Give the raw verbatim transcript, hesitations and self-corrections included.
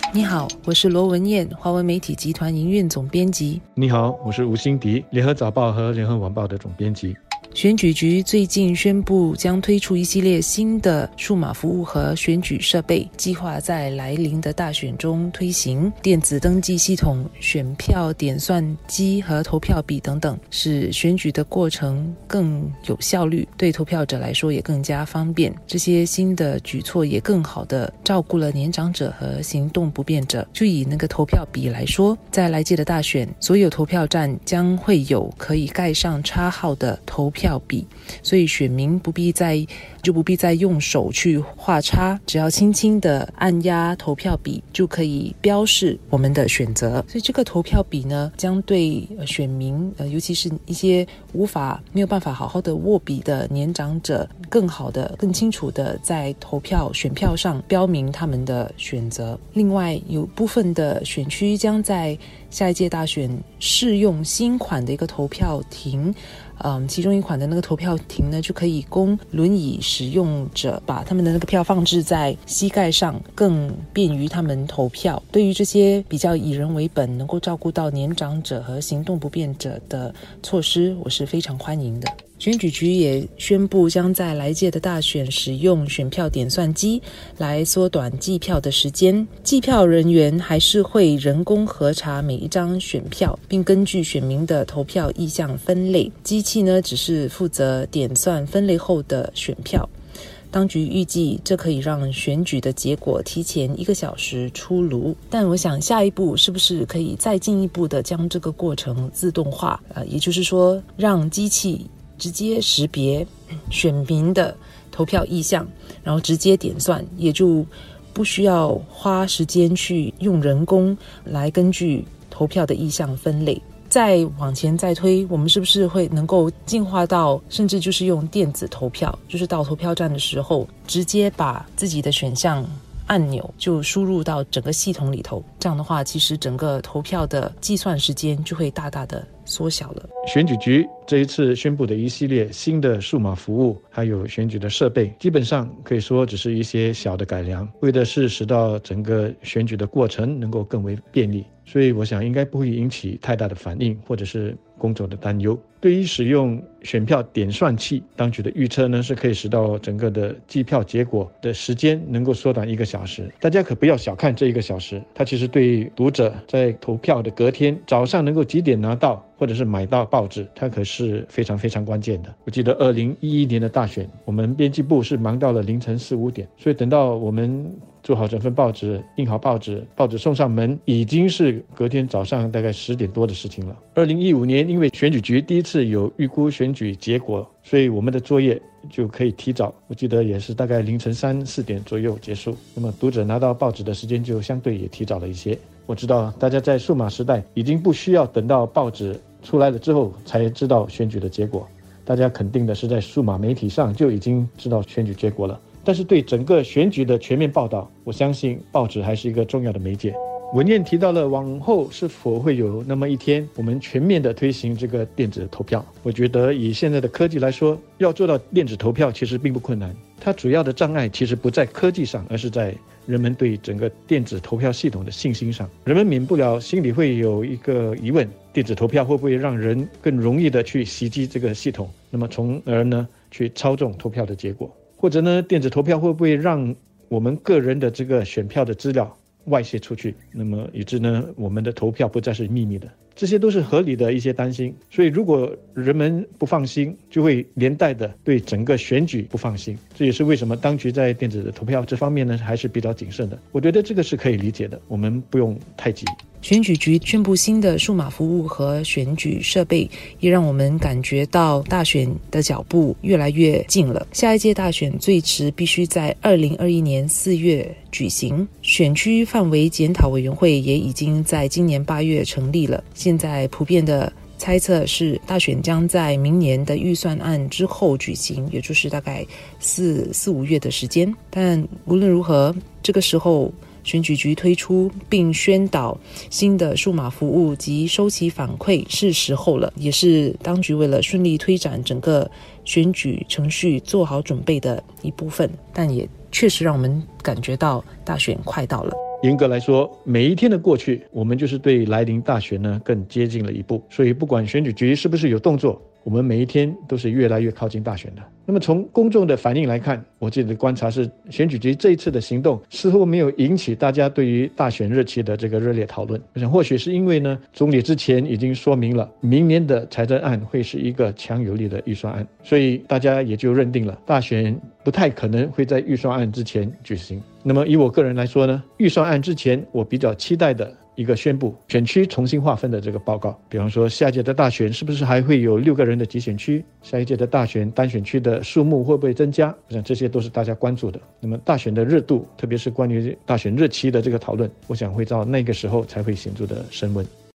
你好，我是罗文燕，华文媒体集团营运总编辑。 你好，我是吴欣迪，联合早报和联合晚报的总编辑。 选举局最近宣布将推出一系列新的数码服务和选举设备，计划在来临的大选中推行电子登记系统、选票点算机和投票笔等等，使选举的过程更有效率，对投票者来说也更加方便。这些新的举措也更好地照顾了年长者和行动不便者。就以那个投票笔来说，在来届的大选，所有投票站将会有可以盖上插号的投票票笔，所以选民不必再就不必再用手去画叉，只要轻轻的按压投票笔就可以标示我们的选择。所以这个投票笔呢，将对选民呃，尤其是一些无法没有办法好好的握笔的年长者，更好的更清楚的在投票选票上标明他们的选择。另外有部分的选区将在下一届大选试用新款的一个投票亭，嗯，其中一款的那个投票亭呢，就可以供轮椅使用者把他们的那个票放置在膝盖上，更便于他们投票。对于这些比较以人为本，能够照顾到年长者和行动不便者的措施，我是非常欢迎的。选举局也宣布将在来届的大选使用选票点算机来缩短计票的时间。计票人员还是会人工核查每一张选票，并根据选民的投票意向分类。机器呢，只是负责点算分类后的选票。当局预计这可以让选举的结果提前一个小时出炉，但我想下一步是不是可以再进一步的将这个过程自动化，呃，也就是说让机器直接识别选民的投票意向，然后直接点算，也就不需要花时间去用人工来根据投票的意向分类。再往前再推，我们是不是会能够进化到甚至就是用电子投票，就是到投票站的时候直接把自己的选项按钮就输入到整个系统里头，这样的话其实整个投票的计算时间就会大大的缩小了。 选举局这一次宣布的一系列新的数码服务还有选举的设备，基本上可以说只是一些小的改良，为的是使到整个选举的过程能够更为便利，所以我想应该不会引起太大的反应或者是公众的担忧。对于使用选票点算器，当局的预测呢是可以使到整个的计票结果的时间能够缩短一个小时。大家可不要小看这一个小时，它其实对读者在投票的隔天早上能够几点拿到或者是买到报纸，它可是非常非常关键的。我记得二零一一年的大选，我们编辑部是忙到了凌晨四五点，所以等到我们做好整份报纸，印好报纸，报纸送上门，已经是隔天早上大概十点多的事情了。二零一五年，因为选举局第一次有预估选举结果，所以我们的作业就可以提早，我记得也是大概凌晨三四点左右结束，那么读者拿到报纸的时间就相对也提早了一些。我知道大家在数码时代已经不需要等到报纸出来了之后才知道选举的结果，大家肯定的是在数码媒体上就已经知道选举结果了。但是对整个选举的全面报道，我相信报纸还是一个重要的媒介。文燕提到了往后是否会有那么一天我们全面的推行这个电子投票，我觉得以现在的科技来说，要做到电子投票其实并不困难。它主要的障碍其实不在科技上，而是在人们对整个电子投票系统的信心上。人们免不了心里会有一个疑问，电子投票会不会让人更容易的去袭击这个系统，那么从而呢去操纵投票的结果，或者呢电子投票会不会让我们个人的这个选票的资料外泄出去，那么以致呢我们的投票不再是秘密的，这些都是合理的一些担心。所以如果人们不放心，就会连带的对整个选举不放心，这也是为什么当局在电子的投票这方面呢还是比较谨慎的。我觉得这个是可以理解的，我们不用太急。 选举局宣布新的数码服务和选举设备，也让我们感觉到大选的脚步越来越近了。下一届大选最迟必须在二零二一年四月举行，选区范围检讨委员会也已经在今年八月成立了。现在普遍的猜测是大选将在明年的预算案之后举行，也就是大概四四五月的时间。但无论如何，这个时候选举局推出并宣导新的数码服务及收集反馈是时候了，也是当局为了顺利推展整个选举程序做好准备的一部分，但也确实让我们感觉到大选快到了。 严格来说，每一天的过去，我们就是对来临大选呢更接近了一步。所以不管选举局是不是有动作，我们每一天都是越来越靠近大选的。那么从公众的反应来看，我自己的观察是，选举局这一次的行动似乎没有引起大家对于大选日期的这个热烈讨论。我想或许是因为呢，总理之前已经说明了明年的财政案会是一个强有力的预算案，所以大家也就认定了大选不太可能会在预算案之前举行。那么以我个人来说呢，预算案之前我比较期待的一个宣布选区重新划分的这个报告，比方说下届的大选是不是还会有六个人的集选区，下一届的大选单选区的数目会不会增加，我想这些都是大家关注的。那么大选的热度，特别是关于大选日期的这个讨论，我想会到那个时候才会显著的升温。